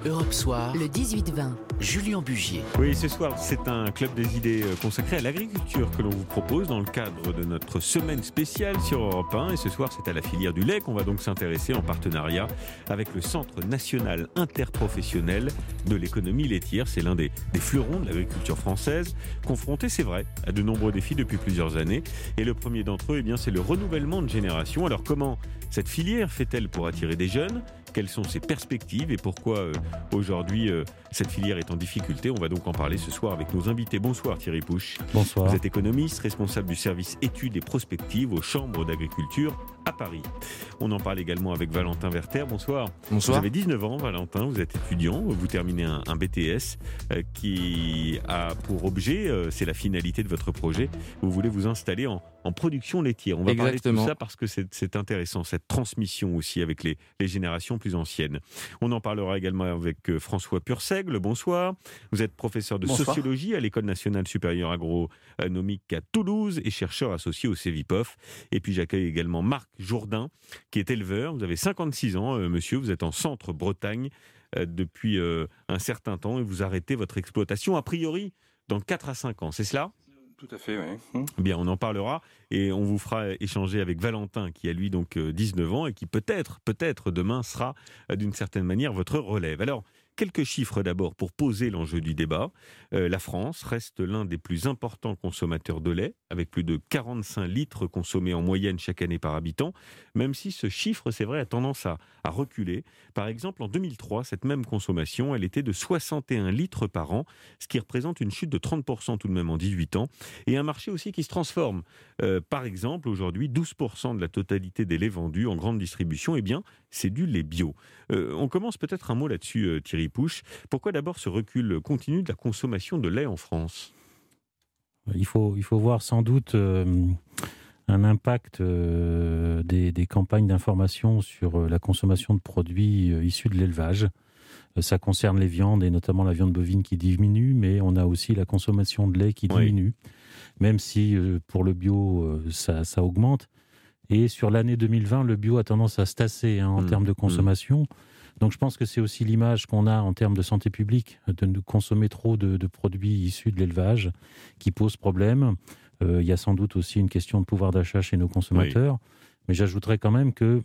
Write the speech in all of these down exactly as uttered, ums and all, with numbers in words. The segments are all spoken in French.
Europe Soir, le dix-huit vingt. Julien Bugier. Oui, ce soir, c'est un club des idées consacré à l'agriculture que l'on vous propose dans le cadre de notre semaine spéciale sur Europe un. Et ce soir, c'est à la filière du lait qu'on va donc s'intéresser en partenariat avec le Centre national interprofessionnel de l'économie laitière. C'est l'un des, des fleurons de l'agriculture française, confronté, c'est vrai, à de nombreux défis depuis plusieurs années. Et le premier d'entre eux, eh bien, c'est le renouvellement de génération. Alors comment cette filière fait-elle pour attirer des jeunes ? Quelles sont ses perspectives et pourquoi euh, aujourd'hui euh, cette filière est en difficulté? On va donc en parler ce soir avec nos invités. Bonsoir Thierry Pouche. Bonsoir. Vous êtes économiste, responsable du service études et prospectives aux chambres d'agriculture à Paris. On en parle également avec Valentin Werther. Bonsoir. Bonsoir. Vous avez dix-neuf ans, Valentin, vous êtes étudiant, vous terminez un, un B T S euh, qui a pour objet, euh, c'est la finalité de votre projet, vous voulez vous installer en, en production laitière. On va Exactement. parler de tout ça parce que c'est, c'est intéressant, cette transmission aussi avec les, les générations plus anciennes. On en parlera également avec euh, François Purseigle. Bonsoir. Vous êtes professeur de Bonsoir. sociologie à l'École nationale supérieure agronomique à Toulouse et chercheur associé au CEVIPOF. Et puis j'accueille également Marc Jourdain, qui est éleveur. Vous avez cinquante-six ans, euh, monsieur. Vous êtes en Centre-Bretagne euh, depuis euh, un certain temps et vous arrêtez votre exploitation, a priori, dans quatre à cinq ans. C'est cela ? Tout à fait, oui. Bien, on en parlera et on vous fera échanger avec Valentin, qui a lui donc dix-neuf ans et qui peut-être, peut-être demain sera d'une certaine manière votre relève. Alors, quelques chiffres d'abord pour poser l'enjeu du débat. Euh, la France reste l'un des plus importants consommateurs de lait, avec plus de quarante-cinq litres consommés en moyenne chaque année par habitant, même si ce chiffre, c'est vrai, a tendance à, à reculer. Par exemple, en deux mille trois, cette même consommation, elle était de soixante et un litres par an, ce qui représente une chute de trente pour cent tout de même en dix-huit ans, et un marché aussi qui se transforme. Euh, par exemple, aujourd'hui, douze pour cent de la totalité des laits vendus en grande distribution, eh bien, c'est du lait bio. Euh, on commence peut-être un mot là-dessus, euh, Thierry Pouche. Pourquoi d'abord ce recul continu de la consommation de lait en France ? Il faut, il faut voir sans doute euh, un impact euh, des, des campagnes d'information sur euh, la consommation de produits euh, issus de l'élevage. Euh, ça concerne les viandes et notamment la viande bovine qui diminue, mais on a aussi la consommation de lait qui diminue, oui. Même si euh, pour le bio, euh, ça, ça augmente. Et sur l'année deux mille vingt, le bio a tendance à se tasser hein, en mmh, termes de consommation. Mmh. Donc je pense que c'est aussi l'image qu'on a en termes de santé publique, de nous consommer trop de, de produits issus de l'élevage qui pose problème. Euh, il y a sans doute aussi une question de pouvoir d'achat chez nos consommateurs. Oui. Mais j'ajouterais quand même que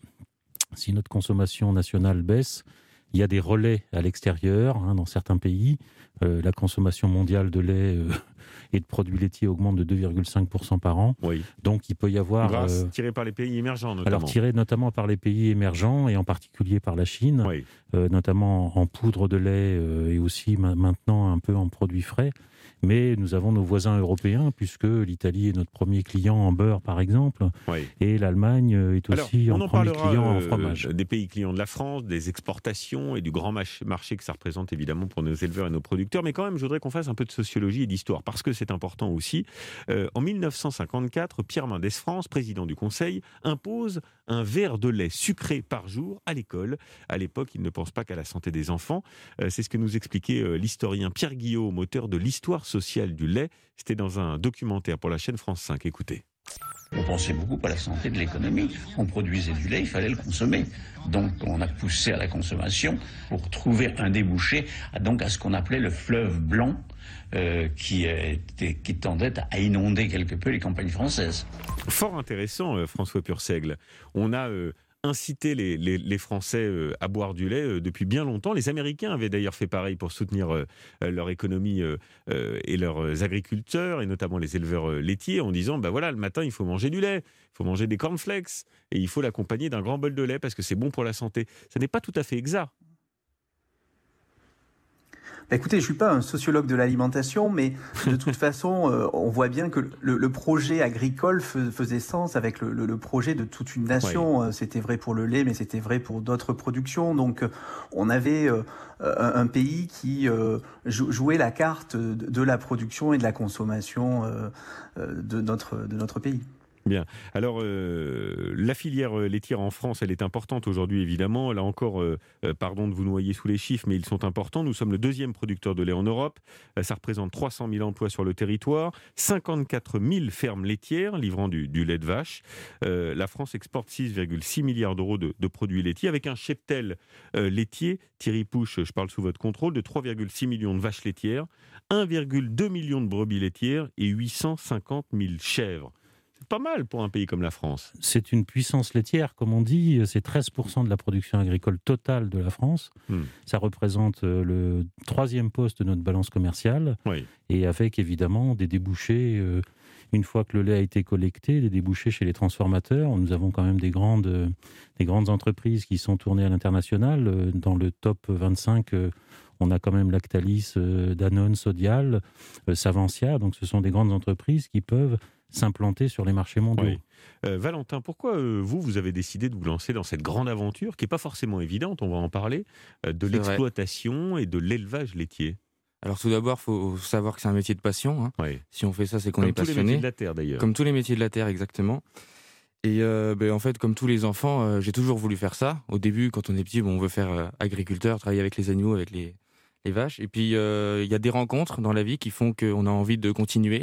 si notre consommation nationale baisse, il y a des relais à l'extérieur, hein, dans certains pays. Euh, la consommation mondiale de lait euh, et de produits laitiers augmente de deux virgule cinq pour cent par an. Oui. Donc il peut y avoir... Grâce, euh, tiré par les pays émergents notamment. Alors tiré notamment par les pays émergents et en particulier par la Chine, oui. euh, notamment en poudre de lait euh, et aussi ma- maintenant un peu en produits frais. Mais nous avons nos voisins européens, puisque l'Italie est notre premier client en beurre, par exemple, oui. et l'Allemagne est aussi Alors, en premier client euh, en fromage. Des pays clients de la France, des exportations et du grand marché que ça représente évidemment pour nos éleveurs et nos producteurs. Mais quand même, je voudrais qu'on fasse un peu de sociologie et d'histoire, parce que c'est important aussi. Euh, en dix-neuf cent cinquante-quatre, Pierre Mendès France, président du Conseil, impose un verre de lait sucré par jour à l'école. À l'époque, il ne pense pas qu'à la santé des enfants. Euh, c'est ce que nous expliquait euh, l'historien Pierre Guillaume, auteur de l'histoire sociale du lait. C'était dans un documentaire pour la chaîne France cinq. Écoutez. On pensait beaucoup à la santé de l'économie. On produisait du lait, il fallait le consommer. Donc on a poussé à la consommation pour trouver un débouché donc à ce qu'on appelait le fleuve blanc euh, qui, était, qui tendait à inonder quelque peu les campagnes françaises. Fort intéressant, euh, François Purseigle. On a... Euh inciter les, les, les Français euh, à boire du lait euh, depuis bien longtemps. Les Américains avaient d'ailleurs fait pareil pour soutenir euh, leur économie euh, euh, et leurs agriculteurs, et notamment les éleveurs euh, laitiers, en disant bah voilà, le matin, il faut manger du lait, il faut manger des cornflakes, et il faut l'accompagner d'un grand bol de lait parce que c'est bon pour la santé. Ça n'est pas tout à fait exact. Bah écoutez, je ne suis pas un sociologue de l'alimentation, mais de toute façon, euh, on voit bien que le, le projet agricole fais, faisait sens avec le, le, le projet de toute une nation. Oui. C'était vrai pour le lait, mais c'était vrai pour d'autres productions. Donc, on avait euh, un, un pays qui euh, jouait la carte de, de la production et de la consommation euh, de, notre, de notre pays. Bien. Alors, euh, la filière laitière en France, elle est importante aujourd'hui, évidemment. Là encore, euh, euh, pardon de vous noyer sous les chiffres, mais ils sont importants. Nous sommes le deuxième producteur de lait en Europe. Euh, ça représente trois cent mille emplois sur le territoire, cinquante-quatre mille fermes laitières livrant du, du lait de vache. Euh, la France exporte six virgule six milliards d'euros de, de produits laitiers, avec un cheptel euh, laitier, Thierry Pouche, je parle sous votre contrôle, de trois virgule six millions de vaches laitières, un virgule deux million de brebis laitières et huit cent cinquante mille chèvres. C'est pas mal pour un pays comme la France. C'est une puissance laitière, comme on dit. C'est treize pour cent de la production agricole totale de la France. Hmm. Ça représente le troisième poste de notre balance commerciale. Oui. Et avec évidemment des débouchés, euh, une fois que le lait a été collecté, des débouchés chez les transformateurs. Nous avons quand même des grandes, euh, des grandes entreprises qui sont tournées à l'international. Euh, dans le top vingt-cinq, euh, on a quand même Lactalis, euh, Danone, Sodial, euh, Savencia. Donc ce sont des grandes entreprises qui peuvent s'implanter sur les marchés mondiaux. Oui. Euh, Valentin, pourquoi euh, vous, vous avez décidé de vous lancer dans cette grande aventure, qui n'est pas forcément évidente, on va en parler, euh, de c'est l'exploitation vrai. Et de l'élevage laitier? Alors tout d'abord, il faut savoir que c'est un métier de passion. Hein. Oui. Si on fait ça, c'est qu'on comme est passionné. Comme tous les métiers de la terre, d'ailleurs. Comme tous les métiers de la terre, exactement. Et euh, ben, en fait, comme tous les enfants, euh, j'ai toujours voulu faire ça. Au début, quand on est petit, bon, on veut faire euh, agriculteur, travailler avec les animaux, avec les, les vaches. Et puis, il euh, y a des rencontres dans la vie qui font qu'on a envie de continuer.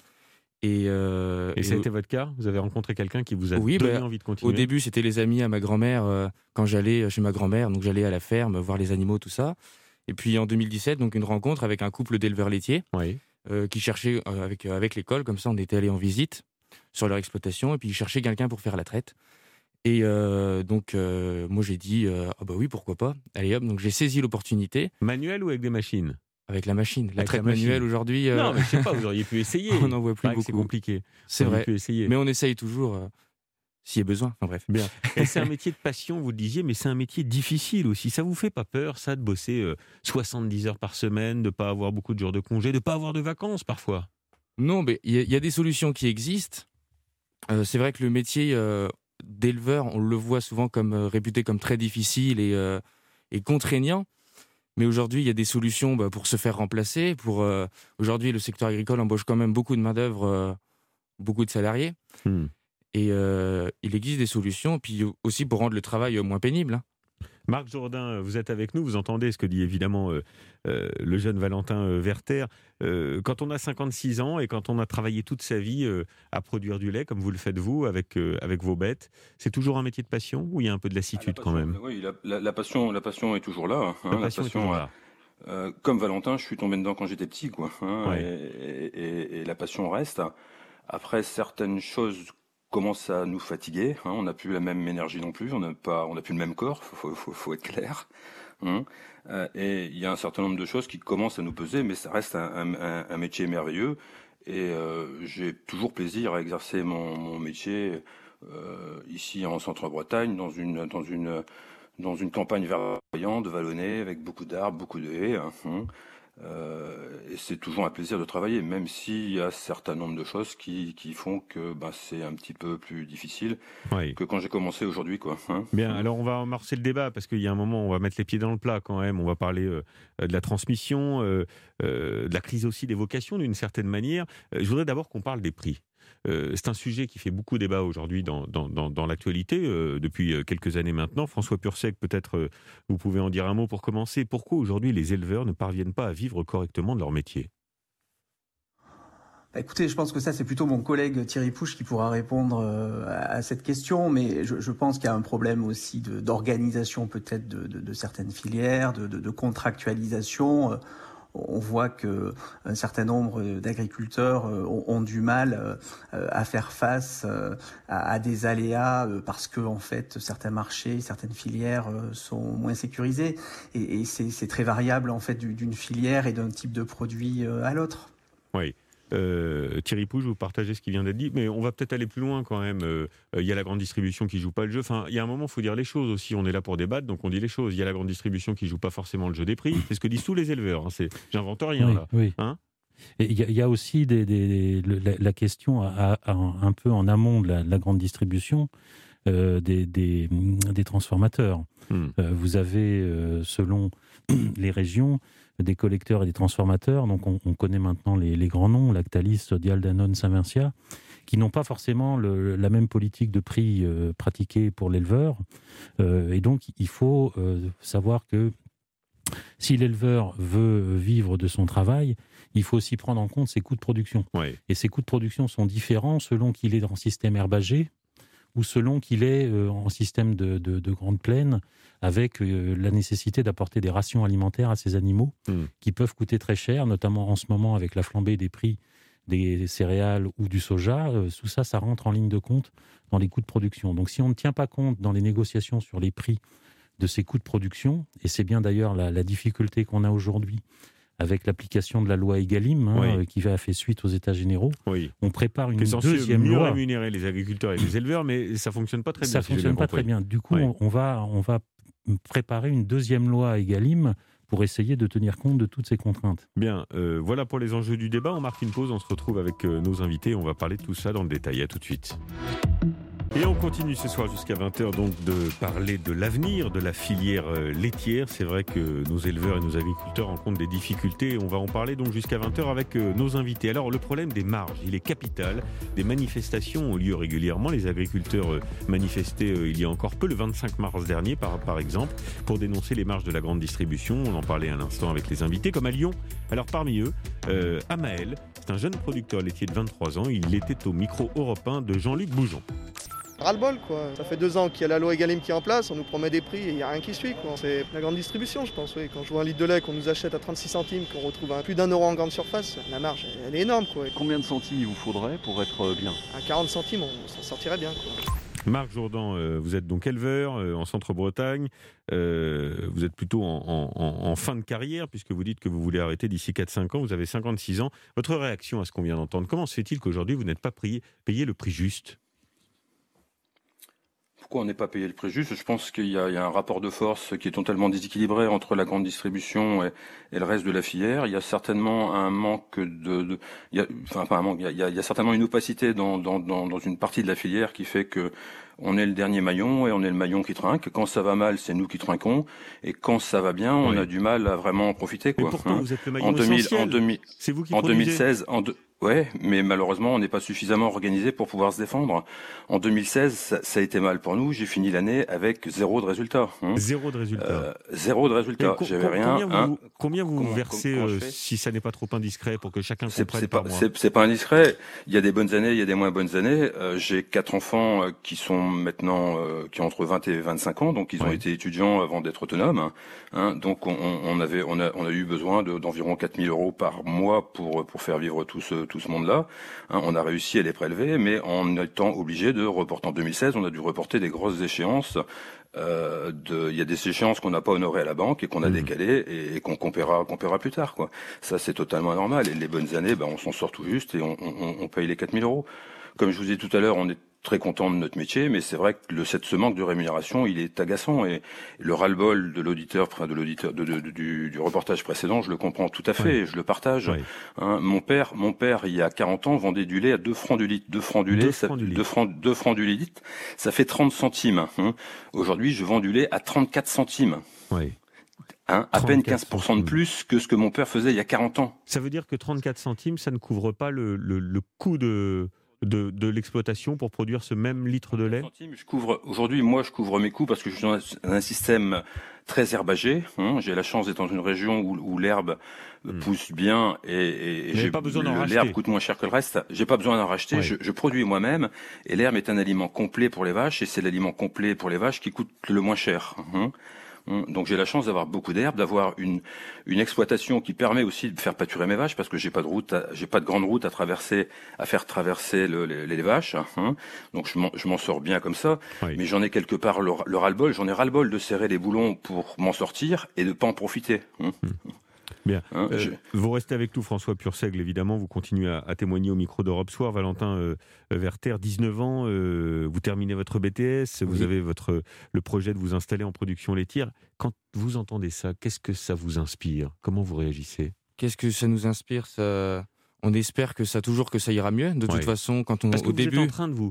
Et, euh, et ça a été votre cas? Vous avez rencontré quelqu'un qui vous a oui, donné bah, envie de continuer? Au début, c'était les amis à ma grand-mère, euh, quand j'allais chez ma grand-mère. Donc, j'allais à la ferme, voir les animaux, tout ça. Et puis, en deux mille dix-sept, donc, une rencontre avec un couple d'éleveurs laitiers oui. euh, qui cherchait, euh, avec, euh, avec l'école, comme ça, on était allés en visite sur leur exploitation. Et puis, ils cherchaient quelqu'un pour faire la traite. Et euh, donc, euh, moi, j'ai dit, euh, ah bah oui, pourquoi pas. Allez hop, donc j'ai saisi l'opportunité. Manuel ou avec des machines? Avec la machine. La avec traite la machine. manuelle aujourd'hui. Euh... Non, mais je sais pas, vous auriez pu essayer. On n'en voit plus beaucoup. C'est compliqué. C'est vrai. Pu essayer. Mais on essaye toujours euh, s'il y a besoin. Enfin bref. Bien. Et c'est un métier de passion, vous le disiez, mais c'est un métier difficile aussi. Ça vous fait pas peur, ça, de bosser euh, soixante-dix heures par semaine, de pas avoir beaucoup de jours de congé, de pas avoir de vacances parfois? Non, mais il y, y a des solutions qui existent. Euh, c'est vrai que le métier euh, d'éleveur, on le voit souvent comme euh, réputé comme très difficile et, euh, et contraignant. Mais aujourd'hui, il y a des solutions bah, pour se faire remplacer. Pour, euh, aujourd'hui, le secteur agricole embauche quand même beaucoup de main-d'œuvre, euh, beaucoup de salariés. Hmm. Et euh, il existe des solutions, puis aussi pour rendre le travail moins pénible. Hein. Marc Jourdain, vous êtes avec nous, vous entendez ce que dit évidemment euh, euh, le jeune Valentin euh, Werther. Euh, quand on a cinquante-six ans et quand on a travaillé toute sa vie euh, à produire du lait, comme vous le faites vous, avec, euh, avec vos bêtes, c'est toujours un métier de passion ou il y a un peu de lassitude ah, quand même? Oui, la, la, la, passion, la passion est toujours là. Hein, la, passion la passion est toujours là. Euh, comme Valentin, je suis tombé dedans quand j'étais petit, quoi. Hein, ouais. et, et, et la passion reste. Après, certaines choses commencent à nous fatiguer. Hein, on n'a plus la même énergie non plus. On n'a pas, on n'a plus le même corps. Faut, faut, faut être clair. Hein, euh, et il y a un certain nombre de choses qui commencent à nous peser, mais ça reste un, un, un métier merveilleux. Et euh, j'ai toujours plaisir à exercer mon, mon métier euh, ici en Centre-Bretagne, dans une, dans une dans une campagne verdoyante, vallonnée, avec beaucoup d'arbres, beaucoup de haies. Hein, euh, et c'est toujours un plaisir de travailler, même s'il y a un certain nombre de choses qui, qui font que ben, c'est un petit peu plus difficile oui. que quand j'ai commencé aujourd'hui. Quoi, hein. Bien, alors on va amorcer le débat, parce qu'il y a un moment, on va mettre les pieds dans le plat quand même. On va parler euh, de la transmission, euh, euh, de la crise aussi des vocations d'une certaine manière. Euh, je voudrais d'abord qu'on parle des prix. Euh, c'est un sujet qui fait beaucoup débat aujourd'hui dans, dans, dans, dans l'actualité, euh, depuis quelques années maintenant. François Pursec, peut-être euh, vous pouvez en dire un mot pour commencer. Pourquoi aujourd'hui les éleveurs ne parviennent pas à vivre correctement de leur métier? Bah écoutez, je pense que ça, c'est plutôt mon collègue Thierry Pouche qui pourra répondre euh, à cette question, mais je, je pense qu'il y a un problème aussi de, d'organisation peut-être de, de, de certaines filières, de, de, de contractualisation. On voit que un certain nombre d'agriculteurs ont du mal à faire face à des aléas parce que en fait certains marchés, certaines filières sont moins sécurisées et c'est, c'est très variable en fait d'une filière et d'un type de produit à l'autre. Oui. Euh, Thierry Pouche, vous partagez ce qui vient d'être dit, mais on va peut-être aller plus loin quand même. Il euh, y a la grande distribution qui joue pas le jeu. Enfin, il y a un moment, il faut dire les choses aussi. On est là pour débattre, donc on dit les choses. Il y a la grande distribution qui joue pas forcément le jeu des prix. C'est ce que disent tous les éleveurs. Hein. C'est... J'invente rien oui, là. Oui. Hein? Il y, y a aussi des, des, la, la question à, à, un peu en amont de la, de la grande distribution. euh, des, des, des transformateurs. Mmh. Euh, vous avez, euh, selon les régions, des collecteurs et des transformateurs. Donc, on, on connaît maintenant les, les grands noms, Lactalis, Sodial, Danone, Savencia, qui n'ont pas forcément le, la même politique de prix euh, pratiquée pour l'éleveur. Euh, et donc, il faut euh, savoir que si l'éleveur veut vivre de son travail, il faut aussi prendre en compte ses coûts de production. Ouais. Et ces coûts de production sont différents selon qu'il est en système herbagé ou selon qu'il est euh, en système de, de, de grande plaine, avec euh, la nécessité d'apporter des rations alimentaires à ces animaux mmh. qui peuvent coûter très cher, notamment en ce moment avec la flambée des prix des céréales ou du soja. Euh, tout ça, ça rentre en ligne de compte dans les coûts de production. Donc si on ne tient pas compte dans les négociations sur les prix de ces coûts de production, et c'est bien d'ailleurs la, la difficulté qu'on a aujourd'hui avec l'application de la loi Egalim, hein, oui. euh, qui a fait suite aux États généraux, oui. on prépare une qui est censé deuxième mieux loi. rémunérer les agriculteurs et les éleveurs, mais ça ne fonctionne pas très bien. Ça ne si fonctionne bien pas compris. très bien. Du coup, oui. on, on, va, on va préparer une deuxième loi Egalim pour essayer de tenir compte de toutes ces contraintes. Bien, euh, voilà pour les enjeux du débat. On marque une pause, on se retrouve avec euh, nos invités. On va parler de tout ça dans le détail. À tout de suite. Et on continue ce soir jusqu'à vingt heures donc de parler de l'avenir de la filière laitière. C'est vrai que nos éleveurs et nos agriculteurs rencontrent des difficultés. On va en parler donc jusqu'à vingt heures avec nos invités. Alors le problème des marges, il est capital. Des manifestations ont lieu régulièrement. Les agriculteurs manifestaient il y a encore peu, le vingt-cinq mars dernier par, par exemple, pour dénoncer les marges de la grande distribution. On en parlait à l'instant avec les invités, comme à Lyon. Alors parmi eux, euh, Amael, c'est un jeune producteur laitier de vingt-trois ans. Il était au micro européen de Jean-Luc Boujon. Ras-le-bol quoi, ça fait deux ans qu'il y a la loi Egalim qui est en place, on nous promet des prix et il n'y a rien qui suit quoi. C'est la grande distribution je pense, oui. Quand je vois un litre de lait qu'on nous achète à trente-six centimes, qu'on retrouve à plus d'un euro en grande surface, la marge elle est énorme quoi. Combien de centimes il vous faudrait pour être bien ? À quarante centimes on s'en sortirait bien quoi. Marc Jourdan, euh, vous êtes donc éleveur euh, en Centre-Bretagne, euh, vous êtes plutôt en, en, en fin de carrière puisque vous dites que vous voulez arrêter d'ici quatre à cinq ans, vous avez cinquante-six ans. Votre réaction à ce qu'on vient d'entendre, comment se fait-il qu'aujourd'hui vous n'êtes pas payé, payé le prix juste ? Pourquoi on n'est pas payé le prix juste ? Je pense qu'il y a, il y a un rapport de force qui est totalement déséquilibré entre la grande distribution et, et le reste de la filière. Il y a certainement un manque de, de il y a, enfin pas un manque, il y a, il y a certainement une opacité dans, dans, dans, dans une partie de la filière qui fait que on est le dernier maillon et on est le maillon qui trinque. Quand ça va mal, c'est nous qui trinquons, et quand ça va bien, on oui. a du mal à vraiment en profiter. Quoi. Mais pourquoi hein vous êtes le maillon en deux mille, essentiel en deux mille, C'est vous qui en produisez. deux mille seize, en deux, ouais, mais malheureusement, on n'est pas suffisamment organisé pour pouvoir se défendre. En deux mille seize, ça, ça a été mal pour nous. J'ai fini l'année avec zéro de résultat. Hein. Zéro de résultat. Euh, zéro de résultat. Co- J'avais co- rien. Combien vous, hein. combien vous comment, versez, comment euh, si ça n'est pas trop indiscret, pour que chacun c'est, comprenne c'est par pas, mois. c'est, c'est pas indiscret. Il y a des bonnes années, il y a des moins bonnes années. Euh, j'ai quatre enfants euh, qui sont maintenant, euh, qui ont entre vingt et vingt-cinq ans, donc ils ont oui. été étudiants avant d'être autonomes. Hein. Donc on, on avait, on a, on a eu besoin de, d'environ quatre mille euros par mois pour pour faire vivre tout ce tout ce monde-là. Hein, on a réussi à les prélever, mais en étant obligé de reporter en deux mille seize, on a dû reporter des grosses échéances. Euh, de, il y a des échéances qu'on n'a pas honorées à la banque et qu'on a mmh. décalées et, et qu'on, qu'on paiera, qu'on paiera plus tard, quoi. Ça, c'est totalement normal. Et les bonnes années, ben, on s'en sort tout juste et on, on, on paye les quatre mille euros. Comme je vous ai dit tout à l'heure, on est très content de notre métier, mais c'est vrai que le, cette, ce manque de rémunération, il est agaçant, et le ras-le-bol de l'auditeur, de l'auditeur, de, de, de, du, du reportage précédent, je le comprends tout à fait, oui. et je le partage. Oui. Hein, mon père, mon père, il y a quarante ans, vendait du lait à deux francs du litre. deux francs du lait, deux, ça, francs du deux francs, deux francs du litre, ça fait trente centimes. Hein. Aujourd'hui, je vends du lait à trente-quatre centimes. Oui. Hein, à peine quinze pour cent de plus que ce que mon père faisait il y a quarante ans. Ça veut dire que trente-quatre centimes, ça ne couvre pas le, le, le coût de... De, de l'exploitation pour produire ce même litre de lait. Je couvre aujourd'hui, moi, je couvre mes coûts parce que je suis dans un système très herbagé. Hein. J'ai la chance d'être dans une région où, où l'herbe mmh. pousse bien et, et j'ai pas besoin d'en le, racheter. L'herbe coûte moins cher que le reste. J'ai pas besoin d'en racheter. Ouais. Je, je produis moi-même et l'herbe est un aliment complet pour les vaches et c'est l'aliment complet pour les vaches qui coûte le moins cher. Hein. Donc j'ai la chance d'avoir beaucoup d'herbe, d'avoir une une exploitation qui permet aussi de faire pâturer mes vaches parce que j'ai pas de route, à, j'ai pas de grande route à traverser, à faire traverser le, les, les vaches. Hein. Donc je m'en, je m'en sors bien comme ça. Oui. Mais j'en ai quelque part le, le ras-le-bol. J'en ai ras-le-bol de serrer les boulons pour m'en sortir et de pas en profiter. Hein. Mmh. Bien. Hein, euh, je... Vous restez avec nous, François Purseigle, évidemment. Vous continuez à, à témoigner au micro d'Europe Soir. Valentin euh, Werther, dix-neuf ans, euh, vous terminez votre B T S, oui. Vous avez votre, le projet de vous installer en production laitière. Quand vous entendez ça, qu'est-ce que ça vous inspire ? Comment vous réagissez ? Qu'est-ce que ça nous inspire ? ça... On espère que ça toujours que ça ira mieux. De toute ouais. façon, quand on Parce que au vous début, êtes en train de vous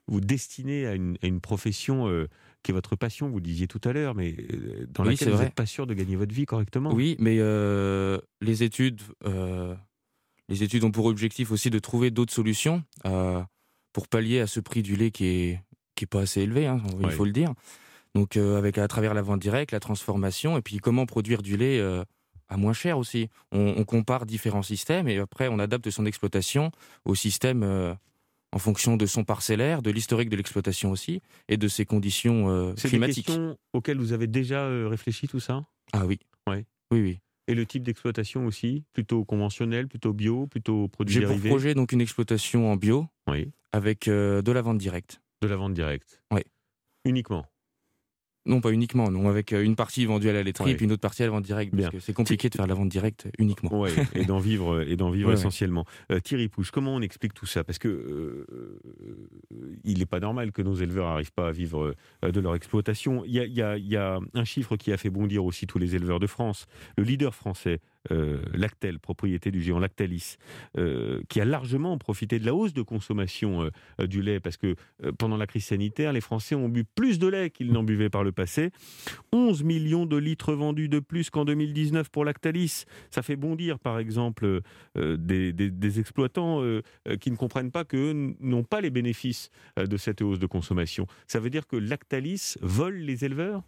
vous destinez à une, à une profession euh, qui est votre passion, vous le disiez tout à l'heure, mais euh, dans Oui, laquelle c'est vous vrai. n'êtes pas sûr de gagner votre vie correctement. Oui, mais euh, les études, euh, les études ont pour objectif aussi de trouver d'autres solutions euh, pour pallier à ce prix du lait qui est qui est pas assez élevé, hein, il Ouais. faut le dire. Donc euh, avec à travers la vente directe, la transformation, et puis comment produire du lait euh, à moins cher aussi. On, on compare différents systèmes et après on adapte son exploitation au système euh, en fonction de son parcellaire, de l'historique de l'exploitation aussi et de ses conditions euh, C'est des climatiques. questions auxquelles vous avez déjà euh, réfléchi, tout ça? Ah oui. Ouais. Oui, oui. Et le type d'exploitation aussi? Plutôt conventionnel, plutôt bio, plutôt produits J'ai pour dérivés? projet donc une exploitation en bio Oui, avec euh, de la vente directe. de la vente directe. Oui. Uniquement. Non, pas uniquement, non, avec euh, une partie vendue à la laiterie Ouais. et puis une autre partie à la vente directe, parce Bien. que c'est compliqué de faire de la vente directe uniquement. Ouais, et d'en vivre, et d'en vivre Ouais, ouais. essentiellement. Euh, Thierry Pouche, comment on explique tout ça? Parce que euh, euh, il n'est pas normal que nos éleveurs n'arrivent pas à vivre euh, de leur exploitation. Il y a, il y a- il y a un chiffre qui a fait bondir aussi tous les éleveurs de France. Le leader français, euh, Lactel, propriété du géant Lactalis, euh, qui a largement profité de la hausse de consommation euh, euh, du lait, parce que euh, pendant la crise sanitaire, les Français ont bu plus de lait qu'ils n'en buvaient par le passé. onze millions de litres vendus de plus qu'en deux mille dix-neuf pour Lactalis. Ça fait bondir, par exemple, euh, des, des- des exploitants euh, euh, qui ne comprennent pas qu'eux n- n'ont pas les bénéfices euh, de cette hausse de consommation. Ça veut dire que Lactalis vole les éleveurs?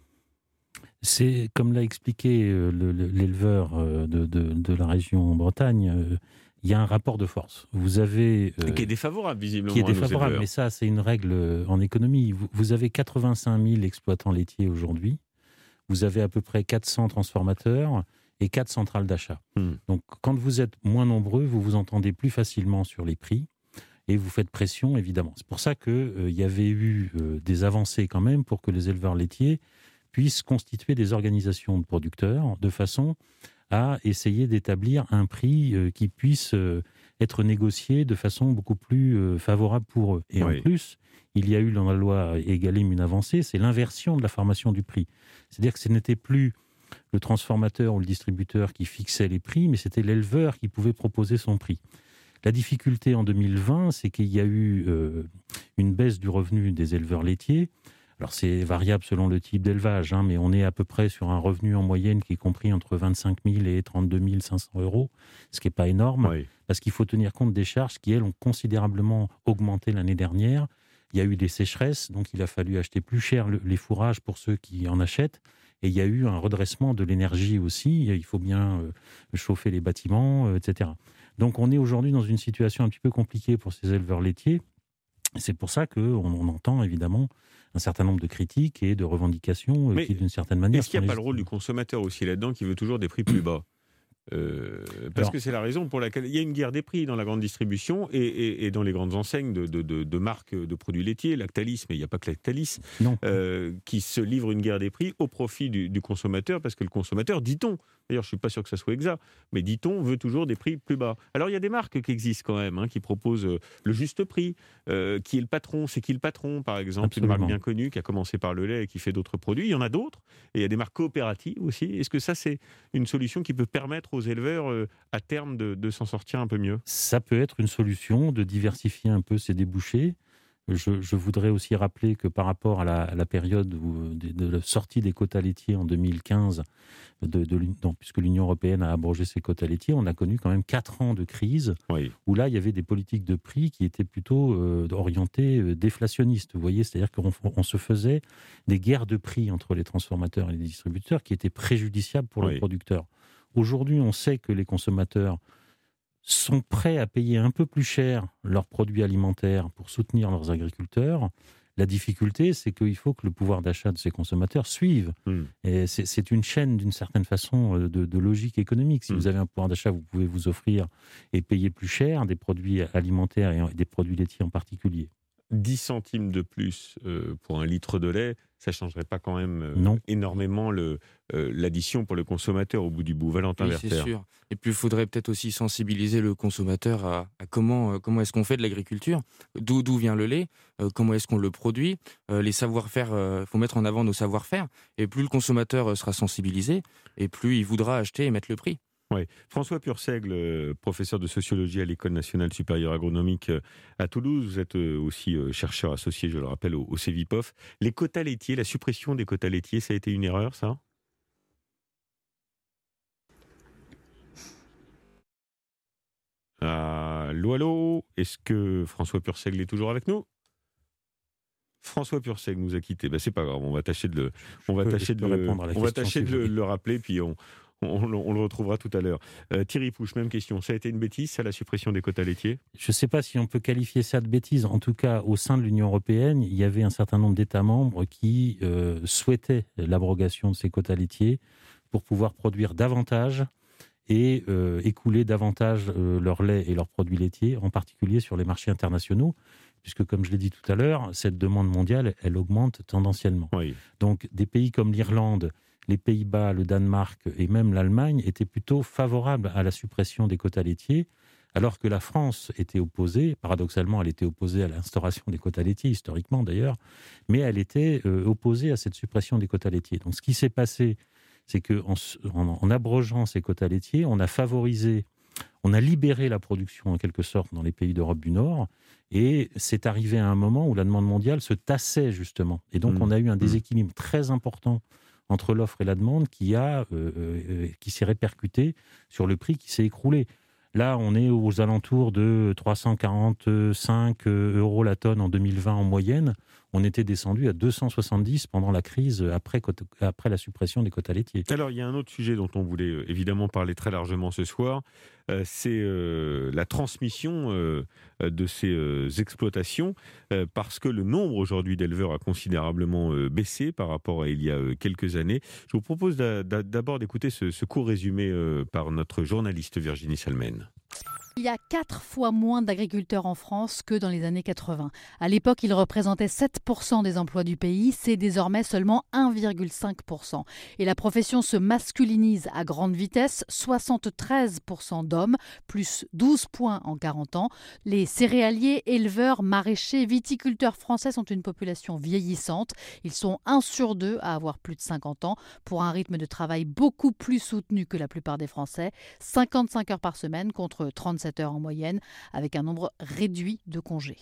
C'est, comme l'a expliqué euh, le- le- l'éleveur euh, de, de- de la région Bretagne, euh, il y a un rapport de force. Vous avez... euh, Et qui est défavorable, visiblement, qui est à nos défavorable, éleveurs. mais ça, c'est une règle euh, en économie. Vous, vous avez quatre-vingt-cinq mille exploitants laitiers aujourd'hui. Vous avez à peu près quatre cents transformateurs et quatre centrales d'achat. Hmm. Donc, quand vous êtes moins nombreux, vous vous entendez plus facilement sur les prix et vous faites pression, évidemment. C'est pour ça qu'il euh, y avait eu euh, des avancées quand même pour que les éleveurs laitiers puissent constituer des organisations de producteurs de façon à essayer d'établir un prix euh, qui puisse euh, être négocié de façon beaucoup plus euh, favorable pour eux. Et Oui. en plus, il y a eu dans la loi Egalim une avancée, c'est l'inversion de la formation du prix. C'est-à-dire que ce n'était plus le transformateur ou le distributeur qui fixait les prix, mais c'était l'éleveur qui pouvait proposer son prix. La difficulté en deux mille vingt, c'est qu'il y a eu euh, une baisse du revenu des éleveurs laitiers. Alors c'est variable selon le type d'élevage, hein, mais on est à peu près sur un revenu en moyenne qui est compris entre vingt-cinq mille et trente-deux mille cinq cents euros, ce qui n'est pas énorme, Oui. parce qu'il faut tenir compte des charges qui, elles, ont considérablement augmenté l'année dernière. Il y a eu des sécheresses, donc il a fallu acheter plus cher le- les fourrages pour ceux qui en achètent. Et il y a eu un redressement de l'énergie aussi. Il faut bien euh, chauffer les bâtiments, euh, et cetera. Donc on est aujourd'hui dans une situation un petit peu compliquée pour ces éleveurs laitiers. C'est pour ça qu'on on entend évidemment un certain nombre de critiques et de revendications euh, Mais qui, d'une certaine manière, Est-ce qu'il n'y a sont pas le rôle du légitimes. consommateur aussi là-dedans qui veut toujours des prix plus bas? Euh, parce Alors- que c'est la raison pour laquelle il y a une guerre des prix dans la grande distribution et, et- et dans les grandes enseignes de, de- de- de marques de produits laitiers, Lactalis, mais il n'y a pas que Lactalis, Non. euh, qui se livrent une guerre des prix au profit du, du consommateur, parce que le consommateur, dit-on, d'ailleurs je ne suis pas sûr que ça soit exact, mais dit-on, veut toujours des prix plus bas. Alors il y a des marques qui existent quand même, hein, qui proposent euh, le juste prix. Euh, qui est le patron? C'est qui le patron, par exemple? Absolument. Une marque bien connue qui a commencé par le lait et qui fait d'autres produits. Il y en a d'autres, et il y a des marques coopératives aussi. Est-ce que ça, c'est une solution qui peut permettre aux éleveurs, euh, à terme, de, de s'en sortir un peu mieux? Ça peut être une solution de diversifier un peu ses débouchés. Je, je voudrais aussi rappeler que par rapport à la, à la période où, de, de la sortie des quotas laitiers en deux mille quinze, de, de, l'Uni- non, puisque l'Union européenne a abrogé ses quotas laitiers, on a connu quand même quatre ans de crise Oui. où là, il y avait des politiques de prix qui étaient plutôt euh, orientées euh, déflationnistes. Vous voyez, c'est-à-dire qu'on on se faisait des guerres de prix entre les transformateurs et les distributeurs qui étaient préjudiciables pour Oui. le producteur. Aujourd'hui, on sait que les consommateurs sont prêts à payer un peu plus cher leurs produits alimentaires pour soutenir leurs agriculteurs. La difficulté, c'est qu'il faut que le pouvoir d'achat de ces consommateurs suive. Hmm. Et c'est, c'est une chaîne, d'une certaine façon, de, de logique économique. Si Hmm. vous avez un pouvoir d'achat, vous pouvez vous offrir et payer plus cher des produits alimentaires et des produits laitiers en particulier. dix centimes de plus euh, pour un litre de lait, ça ne changerait pas quand même euh, Non. énormément le, euh, l'addition pour le consommateur au bout du bout. Valentin Oui, Werther. c'est sûr. Et puis, il faudrait peut-être aussi sensibiliser le consommateur à, à comment, euh, comment est-ce qu'on fait de l'agriculture, d'où, d'où vient le lait, euh, comment est-ce qu'on le produit, euh, les savoir-faire, il euh, faut mettre en avant nos savoir-faire. Et plus le consommateur euh, sera sensibilisé, et plus il voudra acheter et mettre le prix. Oui. François Purseigle, euh, professeur de sociologie à l'École nationale supérieure agronomique euh, à Toulouse. Vous êtes euh, aussi euh, chercheur associé, je le rappelle, au, au Cevipof. Les quotas laitiers, la suppression des quotas laitiers, ça a été une erreur, ça ? Allô, allô ? Est-ce que François Purseigle est toujours avec nous ? François Purseigle nous a quittés. Ben, c'est pas grave, on va tâcher de le, on va peux, tâcher de le, on va tâcher si de le, le rappeler, puis on, on, on le retrouvera tout à l'heure. Euh, Thierry Pouche, même question. Ça a été une bêtise, ça, la suppression des quotas laitiers ? Je ne sais pas si on peut qualifier ça de bêtise. En tout cas, au sein de l'Union européenne, il y avait un certain nombre d'États membres qui euh, souhaitaient l'abrogation de ces quotas laitiers pour pouvoir produire davantage et euh, écouler davantage euh, leur lait et leurs produits laitiers, en particulier sur les marchés internationaux, puisque, comme je l'ai dit tout à l'heure, cette demande mondiale, elle augmente tendanciellement. Oui. Donc, des pays comme l'Irlande, les Pays-Bas, le Danemark et même l'Allemagne étaient plutôt favorables à la suppression des quotas laitiers, alors que la France était opposée, paradoxalement, elle était opposée à l'instauration des quotas laitiers, historiquement d'ailleurs, mais elle était euh, opposée à cette suppression des quotas laitiers. Donc, ce qui s'est passé, c'est qu'en en, en abrogeant ces quotas laitiers, on a favorisé, on a libéré la production en quelque sorte dans les pays d'Europe du Nord, et c'est arrivé à un moment où la demande mondiale se tassait justement. Et donc, mmh. on a eu un déséquilibre très important entre l'offre et la demande qui, a, euh, euh, qui s'est répercuté sur le prix qui s'est écroulé. Là, on est aux alentours de trois cent quarante-cinq euros la tonne en deux mille vingt en moyenne. On était descendu à deux cent soixante-dix pendant la crise après, après la suppression des quotas laitiers. Alors, il y a un autre sujet dont on voulait évidemment parler très largement ce soir, euh, c'est euh, la transmission euh, de ces euh, exploitations, euh, parce que le nombre aujourd'hui d'éleveurs a considérablement euh, baissé par rapport à il y a euh, quelques années. Je vous propose d'a, d'a, d'abord d'écouter ce, ce court résumé euh, par notre journaliste Virginie Salmen. Il y a quatre fois moins d'agriculteurs en France que dans les années quatre-vingts. À l'époque, ils représentaient sept pour cent des emplois du pays. C'est désormais seulement un virgule cinq pour cent. Et la profession se masculinise à grande vitesse. soixante-treize pour cent d'hommes, plus douze points en quarante ans. Les céréaliers, éleveurs, maraîchers, viticulteurs français sont une population vieillissante. Ils sont un sur deux à avoir plus de cinquante ans, pour un rythme de travail beaucoup plus soutenu que la plupart des Français. cinquante-cinq heures par semaine contre trente-sept heures en moyenne, avec un nombre réduit de congés.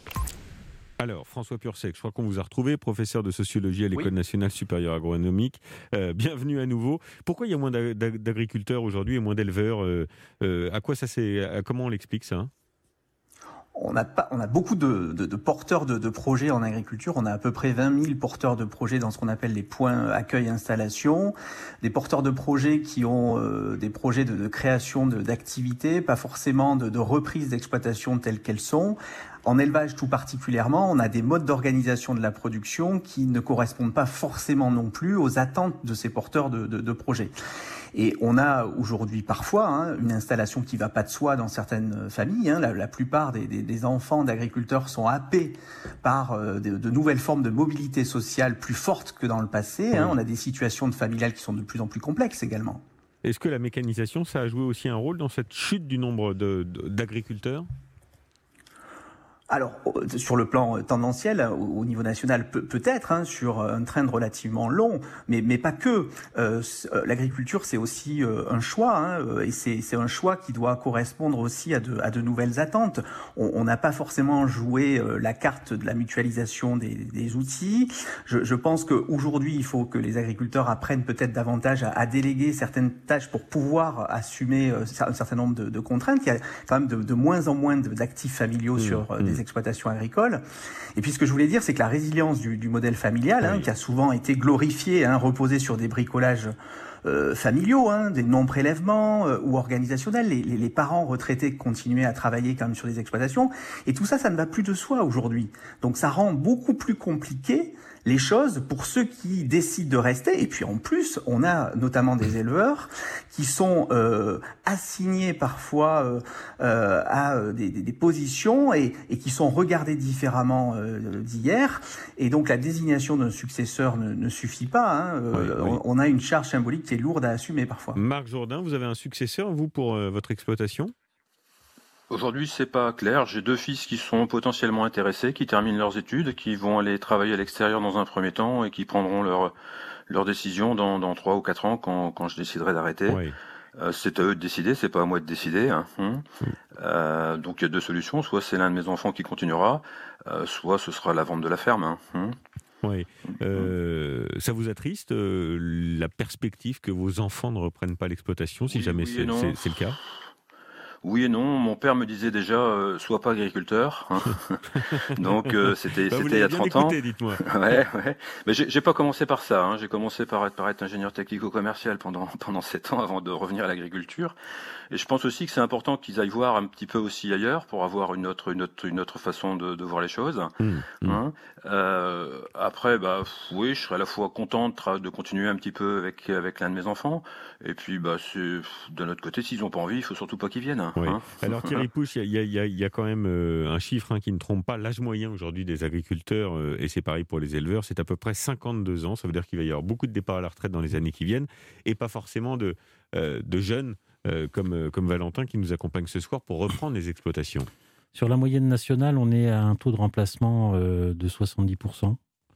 Alors, François Purseigle, je crois qu'on vous a retrouvé, professeur de sociologie à l'École oui. nationale supérieure agronomique. Euh, bienvenue à nouveau. Pourquoi il y a moins d'agriculteurs aujourd'hui et moins d'éleveurs euh, euh, À quoi ça c'est à, Comment on l'explique ça ? On a, pas, on a beaucoup de, de, de porteurs de, de projets en agriculture. On a à peu près vingt mille porteurs de projets dans ce qu'on appelle les points accueil-installation. Des porteurs de projets qui ont euh, des projets de, de création de, d'activités, pas forcément de, de reprise d'exploitation telles qu'elles sont. En élevage tout particulièrement, on a des modes d'organisation de la production qui ne correspondent pas forcément non plus aux attentes de ces porteurs de, de, de projets. Et on a aujourd'hui parfois hein, une installation qui ne va pas de soi dans certaines familles. Hein. La, la plupart des, des, des enfants d'agriculteurs sont happés par euh, de, de nouvelles formes de mobilité sociale plus fortes que dans le passé. Hein. On a des situations de familiales qui sont de plus en plus complexes également. Est-ce que la mécanisation, ça a joué aussi un rôle dans cette chute du nombre de, de, d'agriculteurs ? Alors, sur le plan tendanciel, au niveau national, peut, peut-être, hein, sur un trend relativement long, mais, mais pas que. Euh, l'agriculture, c'est aussi euh, un choix, hein, et c'est, c'est un choix qui doit correspondre aussi à de, à de nouvelles attentes. On n'a pas forcément joué euh, la carte de la mutualisation des, des outils. Je, je pense qu'aujourd'hui, il faut que les agriculteurs apprennent peut-être davantage à, à déléguer certaines tâches pour pouvoir assumer euh, un certain nombre de, de contraintes. Il y a quand même de, de moins en moins d'actifs familiaux mmh, sur euh, mmh. des exploitations agricoles. Et puis ce que je voulais dire, c'est que la résilience du, du modèle familial, hein, oui. qui a souvent été glorifié, hein, reposé sur des bricolages euh, familiaux, hein, des non-prélèvements euh, ou organisationnels. Les, les, les parents retraités continuaient à travailler quand même sur des exploitations. Et tout ça, ça ne va plus de soi aujourd'hui. Donc ça rend beaucoup plus compliqué les choses pour ceux qui décident de rester. Et puis en plus, on a notamment des éleveurs qui sont euh, assignés parfois euh, euh, à des, des, des positions et, et qui sont regardés différemment euh, d'hier. Et donc la désignation d'un successeur ne, ne suffit pas. Hein. Euh, oui, oui. On, on a une charge symbolique qui est lourde à assumer parfois. Marc Jourdain, vous avez un successeur, vous, pour euh, votre exploitation ? Aujourd'hui, c'est pas clair. J'ai deux fils qui sont potentiellement intéressés, qui terminent leurs études, qui vont aller travailler à l'extérieur dans un premier temps et qui prendront leur leur décision dans dans trois ou quatre ans quand quand je déciderai d'arrêter. Oui. Euh, c'est à eux de décider, c'est pas à moi de décider. Hein. Hum. Euh, donc il y a deux solutions, soit c'est l'un de mes enfants qui continuera, euh, soit ce sera la vente de la ferme. Hein. Hum. Oui. Euh, ça vous attriste euh, la perspective que vos enfants ne reprennent pas l'exploitation, si Oui, jamais oui et c'est, non. c'est, c'est le cas? Oui et non. Mon père me disait déjà, euh, sois pas agriculteur. Hein. Donc euh, c'était Bah, vous c'était il y l'avez a bien trente ans. écouté, dites-moi. Ouais, ouais. Mais j'ai, j'ai pas commencé par ça. Hein. J'ai commencé par être, par être ingénieur technico-commercial pendant pendant sept ans avant de revenir à l'agriculture. Et je pense aussi que c'est important qu'ils aillent voir un petit peu aussi ailleurs pour avoir une autre une autre une autre façon de, de voir les choses. Mmh, mmh. Hein. Euh, après, bah oui, je serais à la fois content de, tra- de continuer un petit peu avec avec l'un de mes enfants. Et puis, bah c'est de notre côté, s'ils n'ont pas envie, il faut surtout pas qu'ils viennent. Oui. Hein. Alors Thierry Pouche, il y a, il y, a, il y a quand même euh, un chiffre hein, qui ne trompe pas. L'âge moyen aujourd'hui des agriculteurs, euh, et c'est pareil pour les éleveurs, c'est à peu près cinquante-deux ans. Ça veut dire qu'il va y avoir beaucoup de départs à la retraite dans les années qui viennent, et pas forcément de, euh, de jeunes euh, comme, euh, comme Valentin qui nous accompagne ce soir pour reprendre les exploitations. Sur la moyenne nationale, on est à un taux de remplacement euh, de soixante-dix pour cent.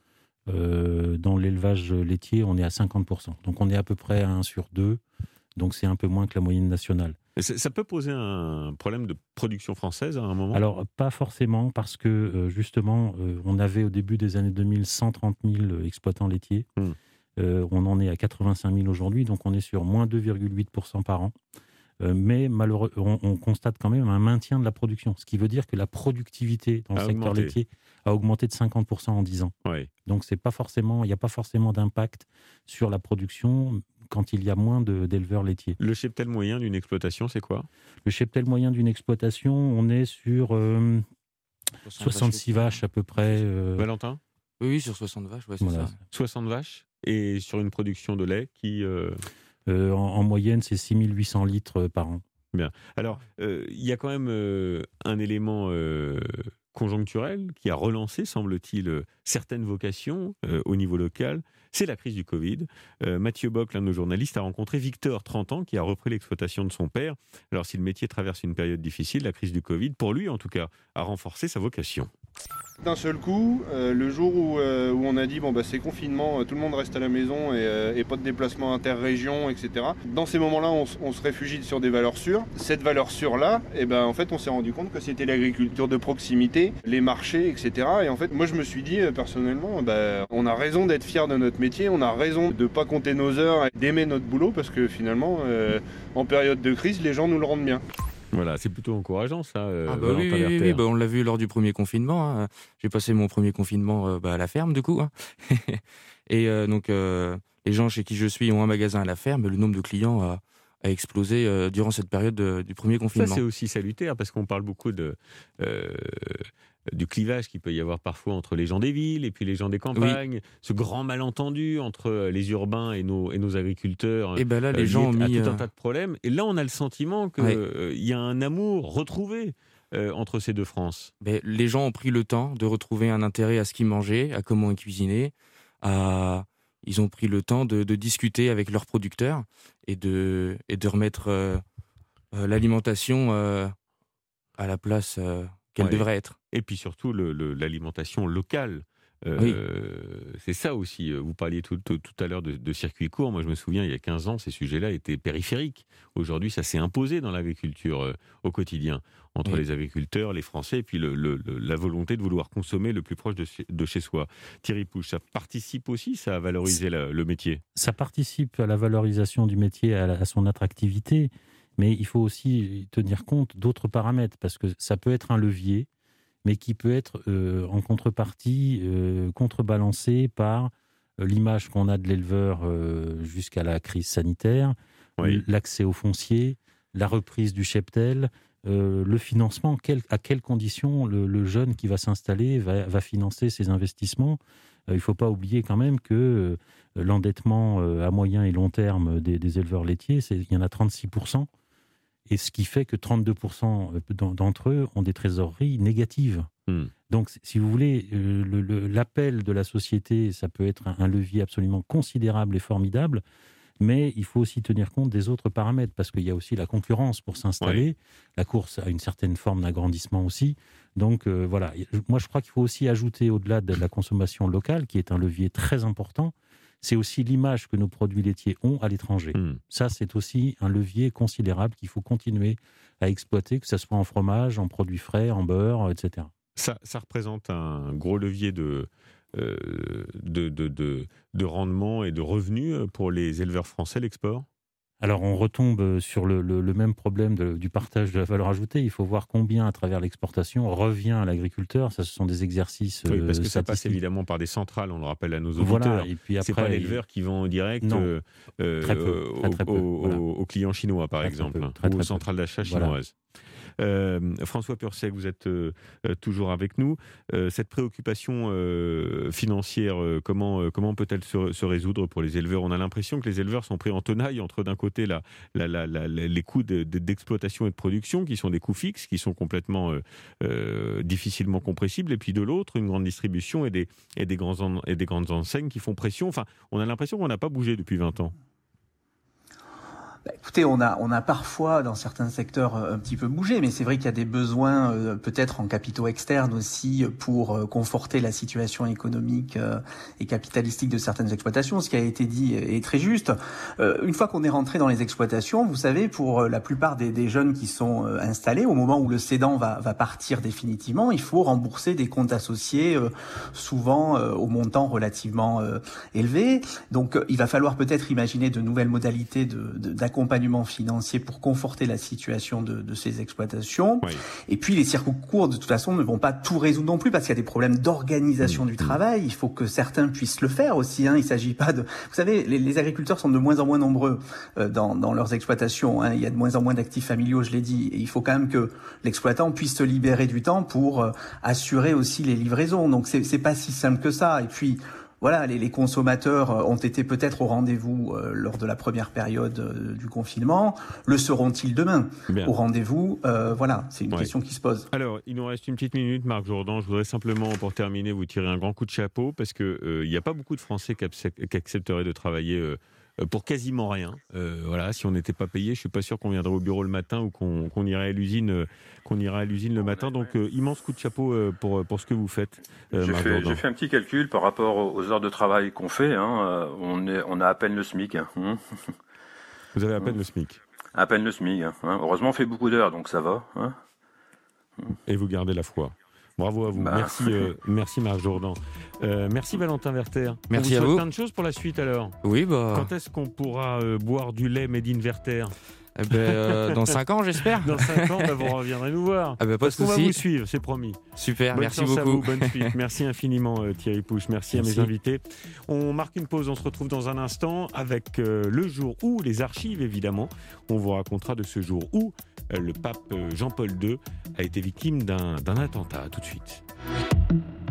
Euh, dans l'élevage laitier, on est à cinquante pour cent. Donc on est à peu près à un sur deux. Donc c'est un peu moins que la moyenne nationale. Ça, ça peut poser un problème de production française à un moment? Alors, pas forcément, parce que euh, justement, euh, on avait au début des années deux mille cent trente mille exploitants laitiers. Mmh. Euh, on en est à quatre-vingt-cinq mille aujourd'hui, donc on est sur moins deux virgule huit pour cent par an. Euh, mais malheureusement, on, on constate quand même un maintien de la production, ce qui veut dire que la productivité dans le A secteur augmenté. laitier a augmenté de cinquante pour cent en dix ans. Oui. Donc, c'est pas forcément, il n'y a pas forcément d'impact sur la production quand il y a moins de, d'éleveurs laitiers. Le cheptel moyen d'une exploitation, c'est quoi? Le cheptel moyen d'une exploitation, on est sur euh, soixante-six vaches à peu près. euh, Valentin? Oui, oui, sur soixante vaches, ouais, c'est Voilà. ça. soixante vaches et sur une production de lait qui... euh, euh, en, en moyenne, c'est six mille huit cents litres par an. Bien. Alors, euh, il y a quand même euh, un élément euh, conjoncturel qui a relancé, semble-t-il, euh, certaines vocations euh, au niveau local. C'est la crise du Covid. Euh, Mathieu Bock, l'un de nos journalistes, a rencontré Victor, trente ans, qui a repris l'exploitation de son père. Alors, si le métier traverse une période difficile, la crise du Covid, pour lui en tout cas, a renforcé sa vocation. D'un seul coup, euh, le jour où, euh, où on a dit bon bah c'est confinement, euh, tout le monde reste à la maison et, euh, et pas de déplacement interrégion, et cetera. Dans ces moments-là, on, s- on se réfugie sur des valeurs sûres. Cette valeur sûre-là, eh ben, en fait, on s'est rendu compte que c'était l'agriculture de proximité, les marchés, et cetera. Et en fait, moi je me suis dit euh, personnellement, bah, on a raison d'être fiers de notre métier, on a raison de pas compter nos heures et d'aimer notre boulot parce que finalement, euh, en période de crise, les gens nous le rendent bien. Voilà, c'est plutôt encourageant ça. Euh, Ah bah Valentin oui, oui, oui, Werther. oui, bah on l'a vu lors du premier confinement. Hein. J'ai passé mon premier confinement euh, bah, à la ferme, du coup. Hein. Et euh, donc, euh, les gens chez qui je suis ont un magasin à la ferme. Le nombre de clients a, a explosé euh, durant cette période de- du premier Ça, confinement. c'est aussi salutaire parce qu'on parle beaucoup de, euh, du clivage qu'il peut y avoir parfois entre les gens des villes et puis les gens des campagnes, ce grand malentendu entre les urbains et nos, et nos agriculteurs. Et ben là, les euh, gens ont liés à mis... tout un euh, tas de problèmes. Et là, on a le sentiment qu'il Ouais. y a un amour retrouvé euh, entre ces deux France. ben, les gens ont pris le temps de retrouver un intérêt à ce qu'ils mangeaient, à comment ils cuisinaient. À... Ils ont pris le temps de, de discuter avec leurs producteurs et de, et de remettre euh, euh, l'alimentation euh, à la place euh, qu'elle Ouais. devrait être. Et puis surtout, le- le- l'alimentation locale. Euh, Oui. C'est ça aussi. Vous parliez tout, tout, tout à l'heure de, de circuits courts. Moi, je me souviens, il y a quinze ans, ces sujets-là étaient périphériques. Aujourd'hui, ça s'est imposé dans l'agriculture euh, au quotidien, entre Oui. les agriculteurs, les Français, et puis le, le- le- la volonté de vouloir consommer le plus proche de, chez- de chez soi. Thierry Pouche, ça participe aussi, ça, à valoriser la- le métier. Ça participe à la valorisation du métier, à, la- à son attractivité, mais il faut aussi tenir compte d'autres paramètres, parce que ça peut être un levier, mais qui peut être euh, en contrepartie euh, contrebalancé par euh, l'image qu'on a de l'éleveur euh, jusqu'à la crise sanitaire, Oui. l'accès au foncier, la reprise du cheptel, euh, le financement, quel- à quelles conditions le, le jeune qui va s'installer va, va financer ses investissements. Euh, il ne faut pas oublier quand même que euh, l'endettement euh, à moyen et long terme des, des éleveurs laitiers, c'est, il y en a trente-six pour cent, et ce qui fait que trente-deux pour cent d'en- d'entre eux ont des trésoreries négatives. Hmm. Donc, si vous voulez, euh, le- le- l'appel de la société, ça peut être un, un levier absolument considérable et formidable, mais il faut aussi tenir compte des autres paramètres, parce qu'il y a aussi la concurrence pour s'installer, la course a une certaine forme d'agrandissement aussi. Donc euh, voilà, moi je crois qu'il faut aussi ajouter, au-delà de la consommation locale, qui est un levier très important, c'est aussi l'image que nos produits laitiers ont à l'étranger. Mmh. Ça, c'est aussi un levier considérable qu'il faut continuer à exploiter, que ce soit en fromage, en produits frais, en beurre, et cetera. Ça, ça représente un gros levier de, euh, de, de, de, de rendement et de revenus pour les éleveurs français, l'export ? Alors, on retombe sur le, le, le même problème de, du partage de la valeur ajoutée. Il faut voir combien, à travers l'exportation, revient à l'agriculteur. Ça, ce sont des exercices Oui, parce que ça passe statistiques. évidemment par des centrales, on le rappelle à nos auditeurs. Voilà, et puis après, c'est pas l'éleveur qui vend en direct euh, euh, très peu, très, très peu, aux, voilà. aux clients chinois, par très, exemple, très peu, hein, très, ou aux très centrales peu. d'achat Voilà. chinoises. Euh, François Pursec, vous êtes euh, toujours avec nous. Euh, cette préoccupation euh, financière, euh, comment, euh, comment peut-elle se, se résoudre pour les éleveurs ? On a l'impression que les éleveurs sont pris en tenaille entre, d'un côté, la, la, la, la, les coûts de, de, d'exploitation et de production, qui sont des coûts fixes, qui sont complètement euh, euh, difficilement compressibles, et puis de l'autre, une grande distribution et des, et, des grands en, et des grandes enseignes qui font pression. Enfin, on a l'impression qu'on n'a pas bougé depuis vingt ans. Bah, écoutez, on a, on a parfois dans certains secteurs un petit peu bougé, mais c'est vrai qu'il y a des besoins euh, peut-être en capitaux externes aussi pour euh, conforter la situation économique euh, et capitalistique de certaines exploitations. Ce qui a été dit est très juste. Euh, une fois qu'on est rentré dans les exploitations, vous savez, pour la plupart des, des jeunes qui sont euh, installés, au moment où le cédant va, va partir définitivement, il faut rembourser des comptes associés, euh, souvent euh, au montant relativement euh, élevé. Donc, euh, il va falloir peut-être imaginer de nouvelles modalités de, de, d'accompagnement accompagnement financier pour conforter la situation de, de ces exploitations. Oui. Et puis les circuits courts, de toute façon, ne vont pas tout résoudre non plus parce qu'il y a des problèmes d'organisation mmh. du travail. Il faut que certains puissent le faire aussi. Hein. Il ne s'agit pas de... Vous savez, les, les agriculteurs sont de moins en moins nombreux euh, dans, dans leurs exploitations. Hein. Il y a de moins en moins d'actifs familiaux, je l'ai dit. Et il faut quand même que l'exploitant puisse se libérer du temps pour euh, assurer aussi les livraisons. Donc c'est, c'est pas si simple que ça. Et puis... Voilà, les, les consommateurs ont été peut-être au rendez-vous euh, lors de la première période euh, du confinement. Le seront-ils demain ? Bien. Au rendez-vous, euh, voilà, c'est une ouais. question qui se pose. Alors, il nous reste une petite minute, Marc Jourdan. Je voudrais simplement, pour terminer, vous tirer un grand coup de chapeau parce qu'il n'y euh, a pas beaucoup de Français qui, accept- qui accepteraient de travailler euh, pour quasiment rien. Euh, voilà, si on n'était pas payé, je ne suis pas sûr qu'on viendrait au bureau le matin ou qu'on, qu'on irait à l'usine, euh, qu'on irait à l'usine le matin. Donc, euh, immense coup de chapeau euh, pour, pour ce que vous faites. Euh, j'ai, fait, j'ai fait un petit calcul par rapport aux heures de travail qu'on fait. Hein. On, est, on a à peine le SMIC. Hein. Vous avez à peine le SMIC. À peine le SMIC. Hein. Heureusement, on fait beaucoup d'heures, donc ça va. Hein. Et vous gardez la foi. Bravo à vous. Bah. Merci, euh, merci Marc Jourdan. Euh, merci Valentin Werther. Merci on vous à vous. Plein de choses pour la suite alors. Oui, bah. Quand est-ce qu'on pourra euh, boire du lait made in Werther ? Eh ben, euh, dans cinq ans, j'espère. Dans cinq ans, bah, vous reviendrez nous voir. Ah ben, pas Parce qu'on va vous suivre, c'est promis. Super, bonne merci chance beaucoup. À vous, bonne suite. Merci infiniment euh, Thierry Pouche. Merci, merci à mes invités. On marque une pause, on se retrouve dans un instant avec euh, le jour où, les archives évidemment. On vous racontera de ce jour où euh, le pape Jean-Paul deux a été victime d'un, d'un attentat. À tout de suite.